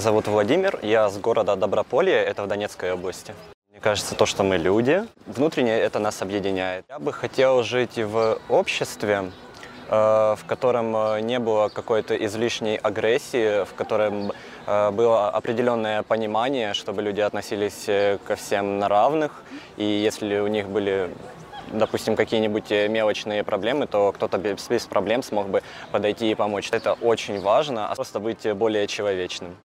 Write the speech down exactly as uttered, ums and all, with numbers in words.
зовут Владимир, я с города Доброполье, это в Донецкой области. Мне кажется, то, что мы люди, внутренне это нас объединяет. Я бы хотел жить в обществе, в котором не было какой-то излишней агрессии, в котором было определенное понимание, чтобы люди относились ко всем на равных, и если у них были, допустим, какие-нибудь мелочные проблемы, то кто-то без проблем смог бы подойти и помочь. Это очень важно, а просто быть более человечным.